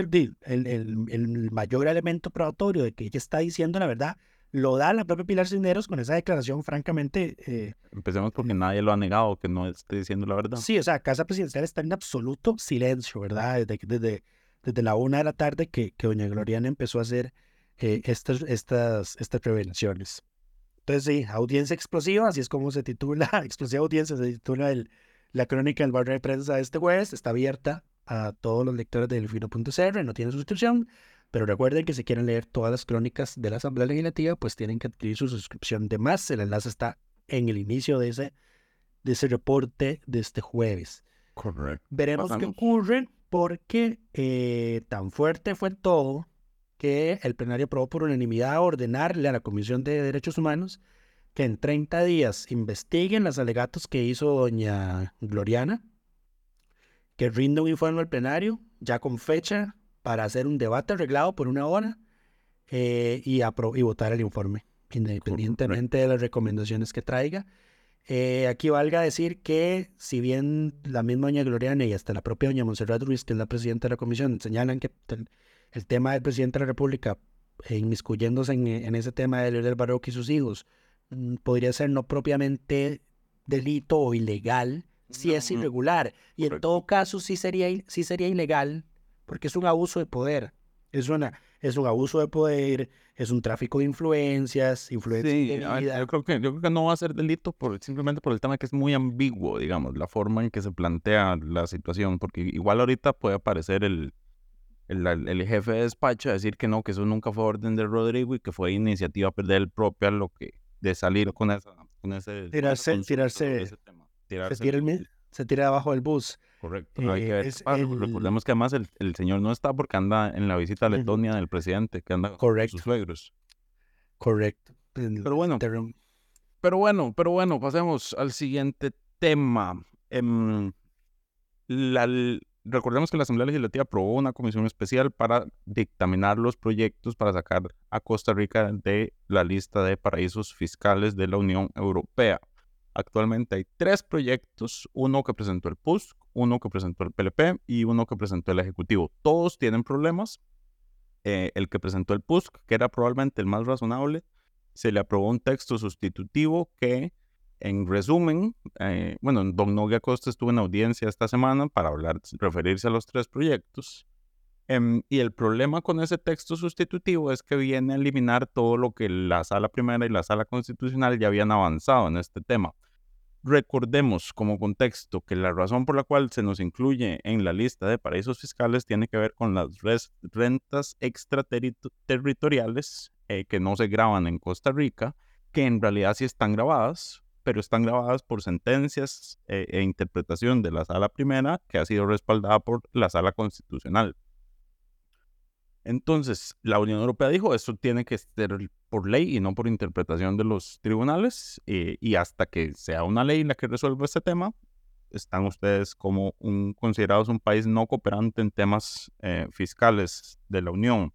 el mayor elemento probatorio de que ella está diciendo la verdad lo da la propia Pilar Cisneros con esa declaración, francamente... Empecemos porque nadie lo ha negado, que no esté diciendo la verdad. Sí, o sea, Casa Presidencial está en absoluto silencio, ¿verdad? Desde la 1 de la tarde que doña Gloriana empezó a hacer estas revelaciones. Entonces, sí, audiencia explosiva, así es como se titula, explosiva audiencia, se titula la crónica del barrio de prensa de este jueves. Está abierta a todos los lectores de delfino.cr, no tiene suscripción. Pero recuerden que si quieren leer todas las crónicas de la Asamblea Legislativa, pues tienen que adquirir su suscripción de más. El enlace está en el inicio de ese reporte de este jueves. Correcto. Veremos qué ocurre, porque tan fuerte fue todo que el plenario aprobó por unanimidad ordenarle a la Comisión de Derechos Humanos que en 30 días investiguen los alegatos que hizo doña Gloriana, que rinda un informe al plenario, ya con fecha, para hacer un debate arreglado por 1 hora y votar el informe, independientemente de las recomendaciones que traiga. Aquí valga decir que, si bien la misma doña Gloriana y hasta la propia doña Montserrat Ruiz, que es la presidenta de la comisión, señalan que el tema del presidente de la República, inmiscuyéndose en ese tema de Leonel Baruch y sus hijos, podría ser no propiamente delito o ilegal, si es irregular. Y en todo caso sí sería ilegal, porque es un abuso de poder, es un abuso de poder, es un tráfico de influencias Sí, indebida. yo creo que no va a ser delito simplemente por el tema que es muy ambiguo, digamos, la forma en que se plantea la situación, porque igual ahorita puede aparecer el jefe de despacho a decir que no, que eso nunca fue orden de Rodrigo y que fue iniciativa de él propia de salir con ese Se tira debajo del bus. Correcto. Hay que ver qué pasa. Recordemos que además el señor no está porque anda en la visita a Letonia del presidente, que anda con sus suegros. Correcto. Pero bueno, pasemos al siguiente tema. Recordemos que la Asamblea Legislativa aprobó una comisión especial para dictaminar los proyectos para sacar a Costa Rica de la lista de paraísos fiscales de la Unión Europea. Actualmente hay 3 proyectos, uno que presentó el PUSC, uno que presentó el PLP y uno que presentó el Ejecutivo. Todos tienen problemas. El que presentó el PUSC, que era probablemente el más razonable, se le aprobó un texto sustitutivo que, en resumen, don Nogue Acosta estuvo en audiencia esta semana para referirse a los 3 proyectos. Y el problema con ese texto sustitutivo es que viene a eliminar todo lo que la Sala Primera y la Sala Constitucional ya habían avanzado en este tema. Recordemos como contexto que la razón por la cual se nos incluye en la lista de paraísos fiscales tiene que ver con las rentas extraterritoriales que no se graban en Costa Rica, que en realidad sí están grabadas, pero están grabadas por sentencias e interpretación de la Sala Primera, que ha sido respaldada por la Sala Constitucional. Entonces, la Unión Europea dijo, esto tiene que ser por ley y no por interpretación de los tribunales, y hasta que sea una ley la que resuelva este tema, están ustedes como considerados un país no cooperante en temas fiscales de la Unión.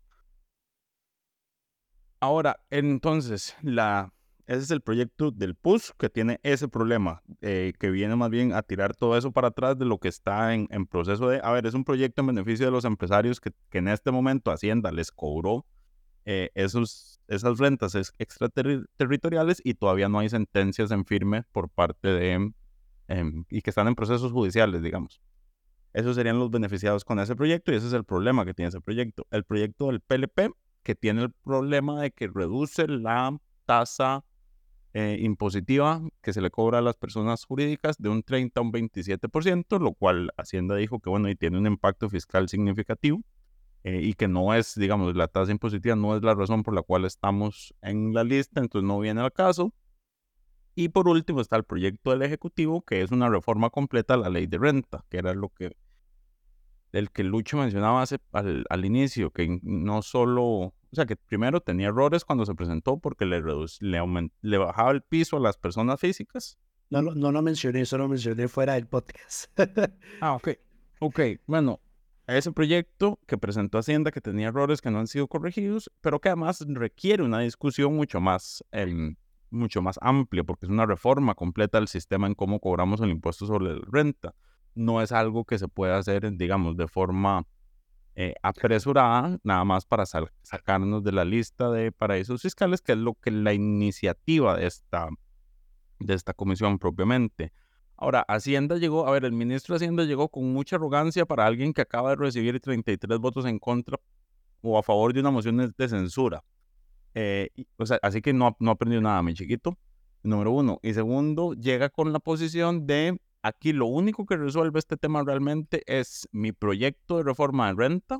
Ahora, entonces, ese es el proyecto del PUS que tiene ese problema, que viene más bien a tirar todo eso para atrás de lo que está en proceso de, es un proyecto en beneficio de los empresarios que en este momento Hacienda les cobró esas rentas extraterritoriales y todavía no hay sentencias en firme por parte de, y que están en procesos judiciales, digamos. Esos serían los beneficiados con ese proyecto y ese es el problema que tiene ese proyecto. El proyecto del PLP, que tiene el problema de que reduce la tasa impositiva que se le cobra a las personas jurídicas de un 30 a un 27%, lo cual Hacienda dijo que y tiene un impacto fiscal significativo y que no es, digamos, la tasa impositiva no es la razón por la cual estamos en la lista, entonces no viene al caso. Y por último está el proyecto del Ejecutivo, que es una reforma completa a la ley de renta, que era el que Lucho mencionaba al inicio, que no solo, que primero tenía errores cuando se presentó porque le bajaba el piso a las personas físicas. No lo mencioné, solo mencioné fuera del podcast. Ok, bueno, ese proyecto que presentó Hacienda que tenía errores que no han sido corregidos, pero que además requiere una discusión mucho más amplia, porque es una reforma completa del sistema en cómo cobramos el impuesto sobre la renta. No es algo que se pueda hacer, digamos, de forma apresurada, nada más para sacarnos de la lista de paraísos fiscales, que es lo que la iniciativa de esta comisión propiamente. Ahora, Hacienda llegó, el ministro de Hacienda llegó con mucha arrogancia para alguien que acaba de recibir 33 votos en contra o a favor de una moción de censura. Así que no aprendió nada, mi chiquito, número uno. Y segundo, llega con la posición de aquí lo único que resuelve este tema realmente es mi proyecto de reforma de renta,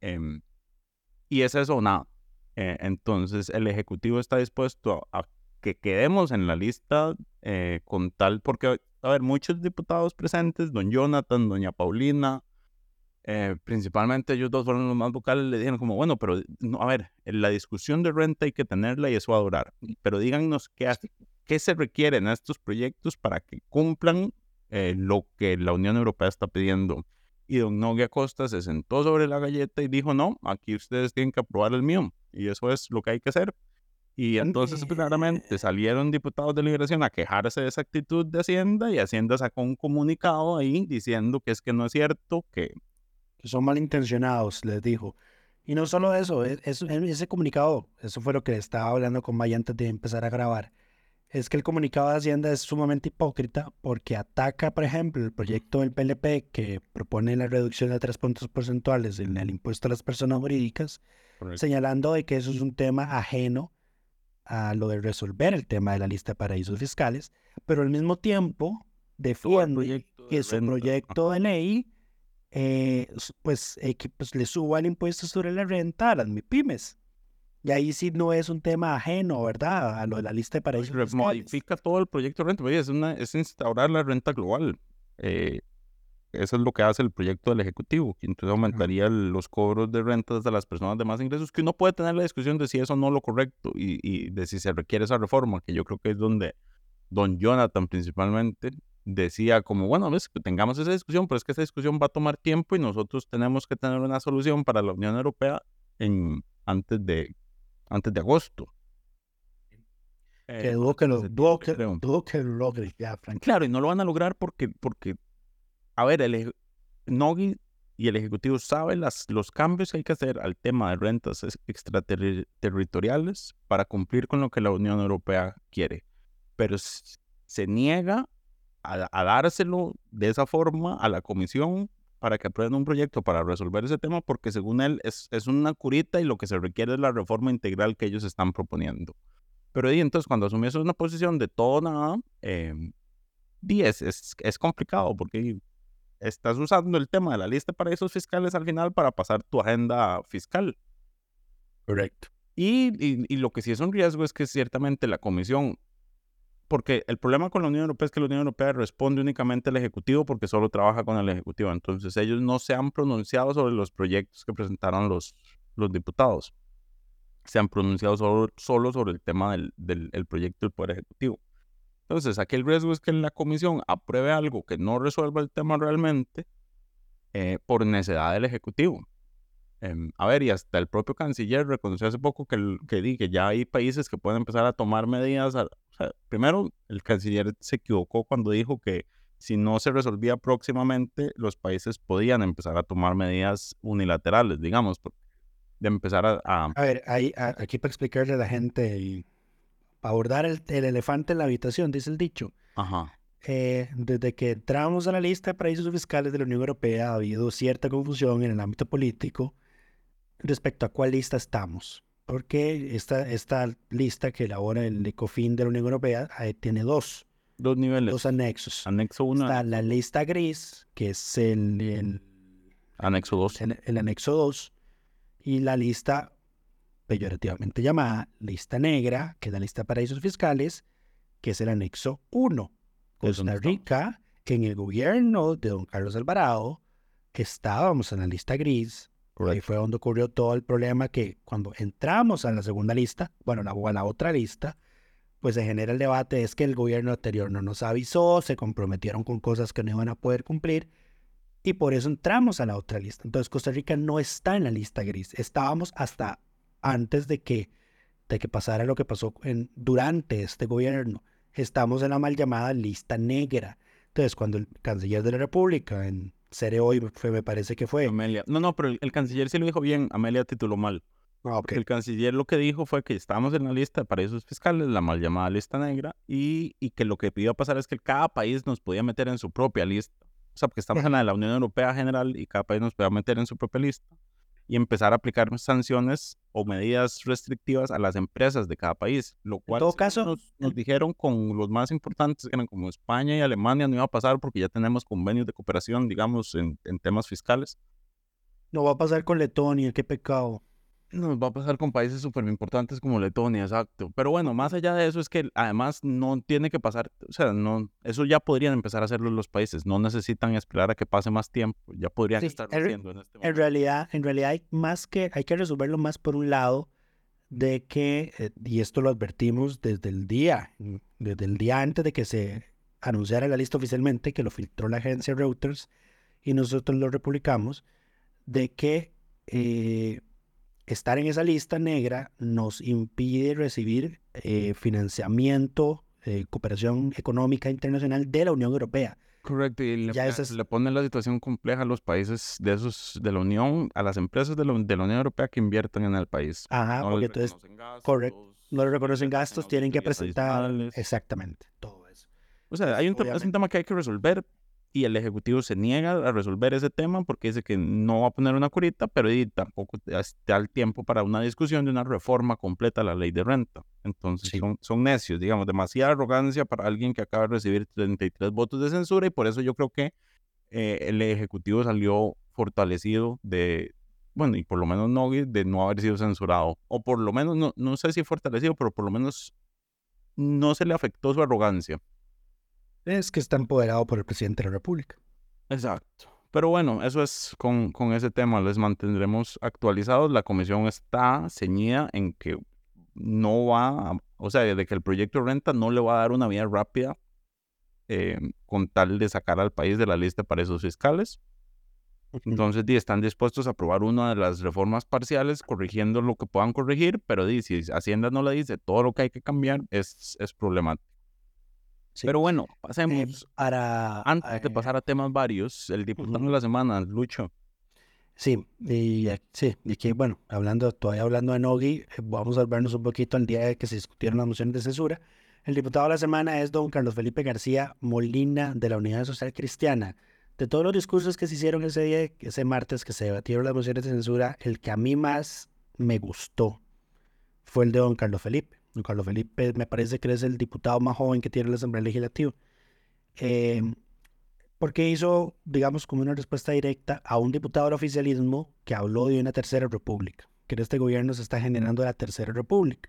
y es eso o nada. Entonces el Ejecutivo está dispuesto a que quedemos en la lista con tal, porque, muchos diputados presentes, don Jonathan, doña Paulina, principalmente ellos dos fueron los más vocales, le dijeron como, pero la discusión de renta hay que tenerla y eso va a durar, pero díganos qué se requiere en estos proyectos para que cumplan lo que la Unión Europea está pidiendo. Y don Nogui Acosta se sentó sobre la galleta y dijo, no, aquí ustedes tienen que aprobar el mío, y eso es lo que hay que hacer. Y entonces claramente salieron diputados de Liberación a quejarse de esa actitud de Hacienda, y Hacienda sacó un comunicado ahí diciendo que es que no es cierto, que son malintencionados, les dijo. Y no solo eso, ese comunicado, eso fue lo que estaba hablando con Maya antes de empezar a grabar, es que el comunicado de Hacienda es sumamente hipócrita porque ataca, por ejemplo, el proyecto del PLP que propone la reducción de 3 puntos porcentuales en el impuesto a las personas jurídicas, señalando de que eso es un tema ajeno a lo de resolver el tema de la lista de paraísos fiscales, pero al mismo tiempo defiende que su proyecto de ley pues le suba el impuesto sobre la renta a las MIPYMES. Y ahí sí no es un tema ajeno, ¿verdad?, a lo de la lista de paraísos fiscales. Modifica todo el proyecto de renta, es instaurar la renta global. Eso es lo que hace el proyecto del Ejecutivo, que entonces aumentaría los cobros de rentas de las personas de más ingresos, que uno puede tener la discusión de si eso no es lo correcto y de si se requiere esa reforma, que yo creo que es donde don Jonathan principalmente decía como, que tengamos esa discusión, pero es que esa discusión va a tomar tiempo y nosotros tenemos que tener una solución para la Unión Europea antes de agosto. Dudo que lo logre ya, Frank. Claro, y no lo van a lograr porque el Nogui y el Ejecutivo saben los cambios que hay que hacer al tema de rentas extraterritoriales para cumplir con lo que la Unión Europea quiere, pero se niega a dárselo de esa forma a la Comisión para que aprueben un proyecto para resolver ese tema, porque según él es una curita y lo que se requiere es la reforma integral que ellos están proponiendo. Pero entonces cuando asumió una posición de todo nada, Y es complicado porque estás usando el tema de la lista de paraísos fiscales al final para pasar tu agenda fiscal. Correcto. Y lo que sí es un riesgo es que ciertamente la Comisión, porque el problema con la Unión Europea es que la Unión Europea responde únicamente al Ejecutivo porque solo trabaja con el Ejecutivo. Entonces ellos no se han pronunciado sobre los proyectos que presentaron los diputados. Se han pronunciado solo sobre el tema del proyecto del Poder Ejecutivo. Entonces aquí el riesgo es que la Comisión apruebe algo que no resuelva el tema realmente por necedad del Ejecutivo. A ver, y hasta el propio canciller reconoció hace poco que ya hay países que pueden empezar a tomar medidas. O sea, primero, el canciller se equivocó cuando dijo que si no se resolvía próximamente, los países podían empezar a tomar medidas unilaterales, digamos, de empezar a... A ver, aquí para explicarle a la gente y para abordar el elefante en la habitación, dice el dicho. Ajá. Desde que entramos a la lista de paraísos fiscales de la Unión Europea ha habido cierta confusión en el ámbito político respecto a cuál lista estamos. Porque esta lista que elabora el ECOFIN de la Unión Europea tiene dos niveles. Dos anexos. Anexo 1. Está la lista gris, que es el anexo 2. El anexo 2. Y la lista peyorativamente llamada lista negra, que es la lista de paraísos fiscales, que es el anexo 1. Costa Rica, en el gobierno de don Carlos Alvarado, estábamos en la lista gris. Correcto. Ahí fue donde ocurrió todo el problema que cuando entramos a la segunda lista, bueno, a la otra lista, pues se genera el debate, es que el gobierno anterior no nos avisó, se comprometieron con cosas que no iban a poder cumplir, y por eso entramos a la otra lista. Entonces Costa Rica no está en la lista gris. Estábamos hasta antes de que pasara lo que pasó durante este gobierno. Estamos en la mal llamada lista negra. Entonces, cuando el canciller de la República, en Cere Hoy, me parece que fue... Amelia. No, pero el canciller sí lo dijo bien, Amelia tituló mal. Okay. El canciller lo que dijo fue que estábamos en la lista de paraísos fiscales, la mal llamada lista negra, y que lo que pidió pasar es que cada país nos podía meter en su propia lista. O sea, porque estamos en la de la Unión Europea general y cada país nos podía meter en su propia lista y empezar a aplicar sanciones o medidas restrictivas a las empresas de cada país, lo cual en todo caso, nos dijeron con los más importantes, que eran como España y Alemania, no iba a pasar porque ya tenemos convenios de cooperación, digamos, en temas fiscales. No va a pasar con Letonia, qué pecado. Nos va a pasar con países súper importantes como Letonia, exacto. Pero bueno, más allá de eso es que además no tiene que pasar, o sea, no, eso ya podrían empezar a hacerlo los países, no necesitan esperar a que pase más tiempo, ya podrían estarlo haciendo en este momento. En realidad hay que resolverlo más por un lado de que, y esto lo advertimos desde el día antes de que se anunciara la lista oficialmente, que lo filtró la agencia Reuters y nosotros lo republicamos, de que estar en esa lista negra nos impide recibir financiamiento, cooperación económica internacional de la Unión Europea. Correcto, y le pone la situación compleja a los países de la Unión, a las empresas de la Unión Europea que inviertan en el país. Ajá, porque entonces, correcto, no le reconocen gastos, tienen que presentar exactamente todo eso. O sea, es un tema que hay que resolver. Y el Ejecutivo se niega a resolver ese tema porque dice que no va a poner una curita, pero tampoco da el tiempo para una discusión de una reforma completa a la ley de renta. Entonces son necios, digamos, demasiada arrogancia para alguien que acaba de recibir 33 votos de censura, y por eso yo creo que el Ejecutivo salió fortalecido bueno, y por lo menos Nogui, de no haber sido censurado. O por lo menos, no sé si fortalecido, pero por lo menos no se le afectó su arrogancia. Es que está empoderado por el presidente de la República. Exacto. Pero bueno, eso es con ese tema. Les mantendremos actualizados. La comisión está ceñida en que no va, o sea, de que el proyecto de renta no le va a dar una vía rápida con tal de sacar al país de la lista de paraísos fiscales. Entonces, están dispuestos a aprobar una de las reformas parciales, corrigiendo lo que puedan corregir, pero si Hacienda no le dice todo lo que hay que cambiar, es problemático. Sí. Pero bueno, pasemos antes de pasar a temas varios, el diputado de la semana, Lucho. Sí, y aquí, bueno, todavía hablando de Nogui, vamos a vernos un poquito al día de que se discutieron las mociones de censura. El diputado de la semana es don Carlos Felipe García Molina, de la Unidad Social Cristiana. De todos los discursos que se hicieron ese martes que se debatieron las mociones de censura, el que a mí más me gustó fue el de don Carlos Felipe. Don Carlos Felipe me parece que es el diputado más joven que tiene la Asamblea Legislativa. porque hizo, digamos, como una respuesta directa a un diputado del oficialismo que habló de una tercera república, que en este gobierno se está generando la tercera república.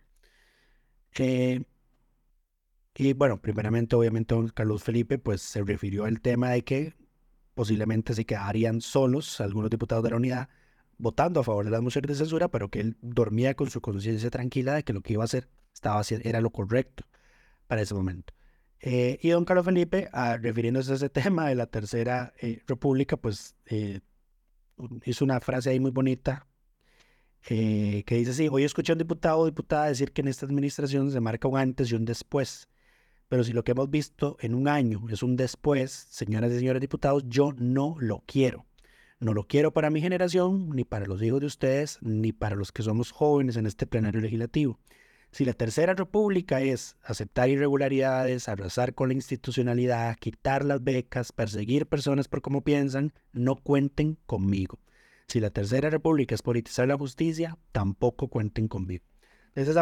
Y bueno, primeramente, obviamente, don Carlos Felipe, pues se refirió al tema de que posiblemente se quedarían solos algunos diputados de la unidad votando a favor de las mociones de censura, pero que él dormía con su conciencia tranquila de que lo que iba a hacer era lo correcto para ese momento. Y don Carlos Felipe, refiriéndose a ese tema de la tercera república, pues hizo una frase ahí muy bonita que dice así: hoy escuché a un diputado o diputada decir que en esta administración se marca un antes y un después, pero si lo que hemos visto en un año es un después, señoras y señores diputados, yo no lo quiero. No lo quiero para mi generación, ni para los hijos de ustedes, ni para los que somos jóvenes en este plenario legislativo. Si la tercera república es aceptar irregularidades, arrasar con la institucionalidad, quitar las becas, perseguir personas por cómo piensan, no cuenten conmigo. Si la tercera república es politizar la justicia, tampoco cuenten conmigo. Entonces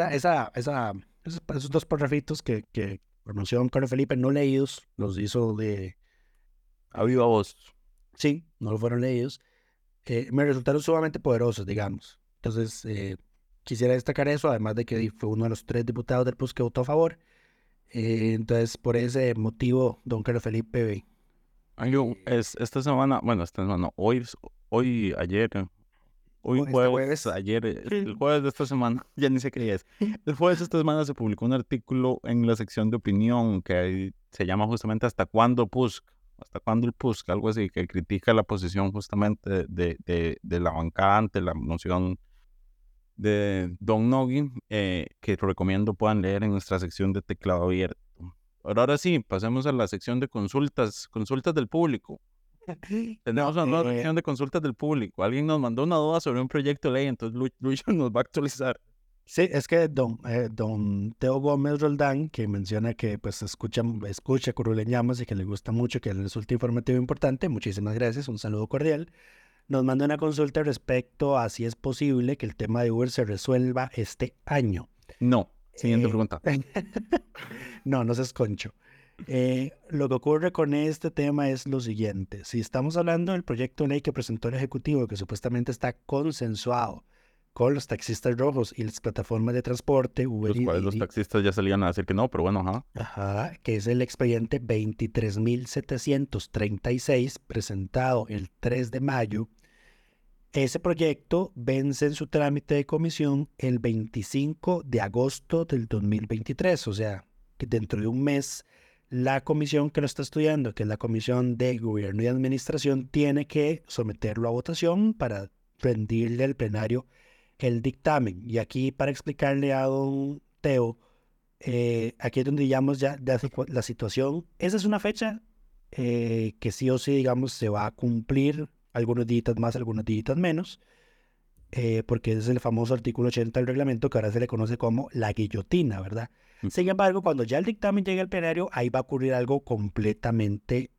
esos dos párrafitos que pronunció don Carlos Felipe, no leídos, los hizo de a viva voz. Sí, no lo fueron leídos. Me resultaron sumamente poderosos, digamos. Entonces, quisiera destacar eso, además de que fue uno de los 3 diputados del PUS que votó a favor. Entonces, por ese motivo, don Carlos Felipe... esta semana, hoy, ayer, hoy jueves, ayer, el jueves de esta semana, ya ni sé qué día es. El jueves de esta semana se publicó un artículo en la sección de opinión que se llama justamente ¿Hasta cuándo PUSC? ¿Hasta cuándo el PUSC? Algo así, que critica la posición justamente de la bancada ante la moción de Don Nogui, que recomiendo puedan leer en nuestra sección de teclado abierto. Pero ahora sí, pasemos a la sección de consultas del público. Tenemos una nueva sección de consultas del público. Alguien nos mandó una duda sobre un proyecto de ley, entonces Luis nos va a actualizar. Sí, es que don Teo Gómez Roldán, que menciona que pues escucha Curul en Llamas y que le gusta mucho, que le resulta informativo importante, muchísimas gracias, un saludo cordial. Nos manda una consulta respecto a si es posible que el tema de Uber se resuelva este año. No, siguiente pregunta. No seas concho. Lo que ocurre con este tema es lo siguiente: si estamos hablando del proyecto de ley que presentó el Ejecutivo, que supuestamente está consensuado con los taxistas rojos y las plataformas de transporte, Uber los cuales los taxistas ya salían a decir que no, pero bueno, ajá, que es el expediente 23.736, presentado el 3 de mayo, ese proyecto vence en su trámite de comisión el 25 de agosto del 2023, o sea, que dentro de un mes la comisión que lo está estudiando, que es la Comisión de Gobierno y Administración, tiene que someterlo a votación para rendirle al plenario el dictamen. Y aquí, para explicarle a don Teo, aquí es donde digamos ya la situación. Esa es una fecha que sí o sí, digamos, se va a cumplir, algunos días más, algunos días menos, porque ese es el famoso artículo 80 del reglamento, que ahora se le conoce como la guillotina, ¿verdad? Sin embargo, cuando ya el dictamen llegue al plenario, ahí va a ocurrir algo completamente...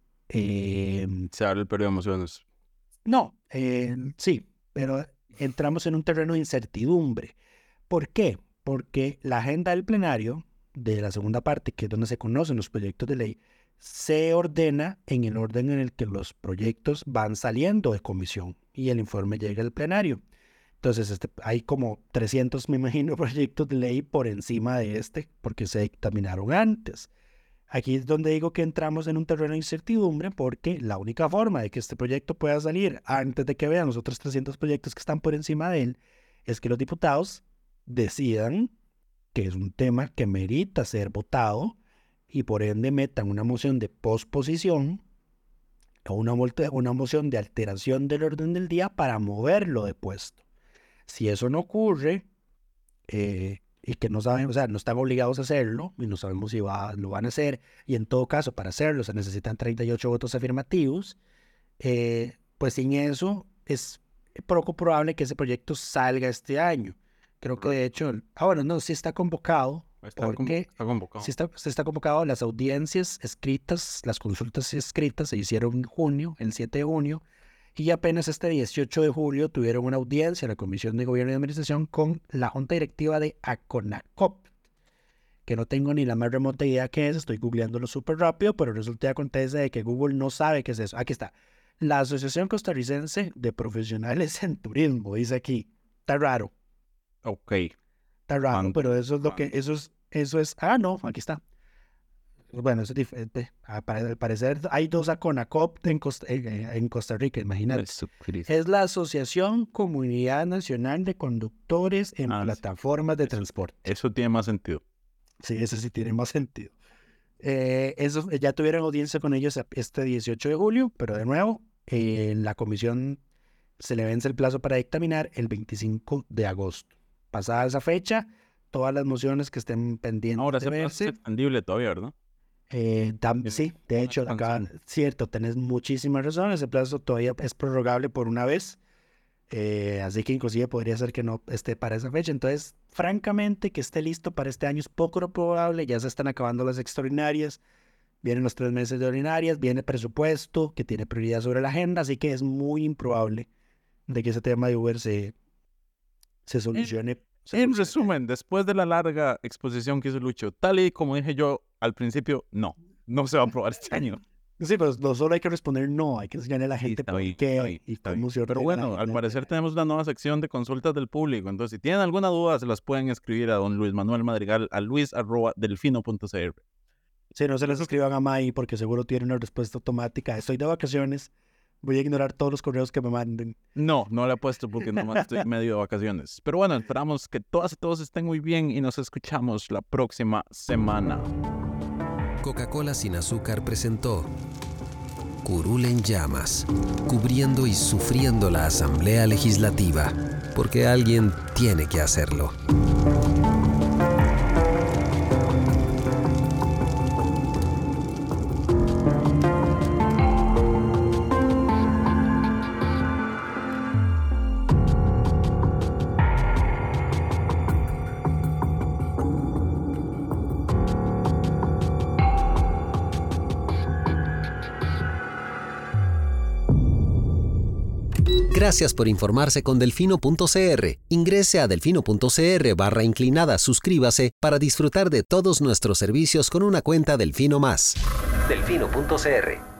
se abre el periodo de mociones. No, sí, pero entramos en un terreno de incertidumbre. ¿Por qué? Porque la agenda del plenario, de la segunda parte, que es donde se conocen los proyectos de ley, se ordena en el orden en el que los proyectos van saliendo de comisión y el informe llega al plenario. Entonces, hay como 300, me imagino, proyectos de ley por encima de porque se dictaminaron antes. Aquí es donde digo que entramos en un terreno de incertidumbre, porque la única forma de que este proyecto pueda salir antes de que vean los otros 300 proyectos que están por encima de él es que los diputados decidan que es un tema que merita ser votado y por ende metan una moción de posposición o una moción de alteración del orden del día para moverlo de puesto. Si eso no ocurre, y que no saben, o sea, no están obligados a hacerlo, y no sabemos si lo van a hacer, y en todo caso, para hacerlo se necesitan 38 votos afirmativos, pues sin eso es poco probable que ese proyecto salga este año. Creo que de hecho, sí está convocado. Está convocado. Sí está convocado. Las audiencias escritas, las consultas escritas se hicieron en junio, el 7 de junio, y apenas este 18 de julio tuvieron una audiencia en la Comisión de Gobierno y Administración con la Junta Directiva de ACONACOP, que no tengo ni la más remota idea qué es, estoy googleándolo súper rápido, pero resulta y acontece de que Google no sabe qué es eso. Aquí está. La Asociación Costarricense de Profesionales en Turismo, dice aquí. Está raro. Ok. Está raro, pero eso es lo que, eso es, no, aquí está. Bueno, eso es diferente. Al parecer hay dos ACONACOP en Costa Rica, imagínate. Es la Asociación Comunidad Nacional de Conductores en Plataformas de Transporte. Eso tiene más sentido. Sí, eso sí tiene más sentido. Eso, ya tuvieron audiencia con ellos este 18 de julio, pero de nuevo, la comisión se le vence el plazo para dictaminar el 25 de agosto. Pasada esa fecha, todas las mociones que estén pendientes ahora de verse... es extendible todavía, ¿verdad? Sí, de hecho, cierto, tenés muchísimas razones. Ese plazo todavía es prorrogable por una vez. Así que inclusive podría ser que no esté para esa fecha. Entonces, francamente, que esté listo para este año es poco probable. Ya se están acabando las extraordinarias. Vienen los 3 meses de ordinarias. Viene presupuesto que tiene prioridad sobre la agenda. Así que es muy improbable de que ese tema de Uber se solucione. En resumen, después de la larga exposición que hizo Lucho, tal y como dije yo al principio, no se va a aprobar este año. Sí, pero no solo hay que responder no, hay que enseñarle a la gente por qué y cómo se ordena. Pero bueno, al parecer tenemos una nueva sección de consultas del público, entonces si tienen alguna duda se las pueden escribir a don Luis Manuel Madrigal a luis@delfino.cr. Sí, no se les escriban a Mai porque seguro tiene una respuesta automática. Estoy de vacaciones, voy a ignorar todos los correos que me manden. No le he puesto porque nomás estoy medio de vacaciones. Pero bueno, esperamos que todas y todos estén muy bien y nos escuchamos la próxima semana. Coca-Cola sin azúcar presentó Curul en llamas, cubriendo y sufriendo la Asamblea Legislativa, porque alguien tiene que hacerlo. Gracias por informarse con Delfino.cr. Ingrese a Delfino.cr/inclinada, suscríbase para disfrutar de todos nuestros servicios con una cuenta Delfino Más. Delfino.cr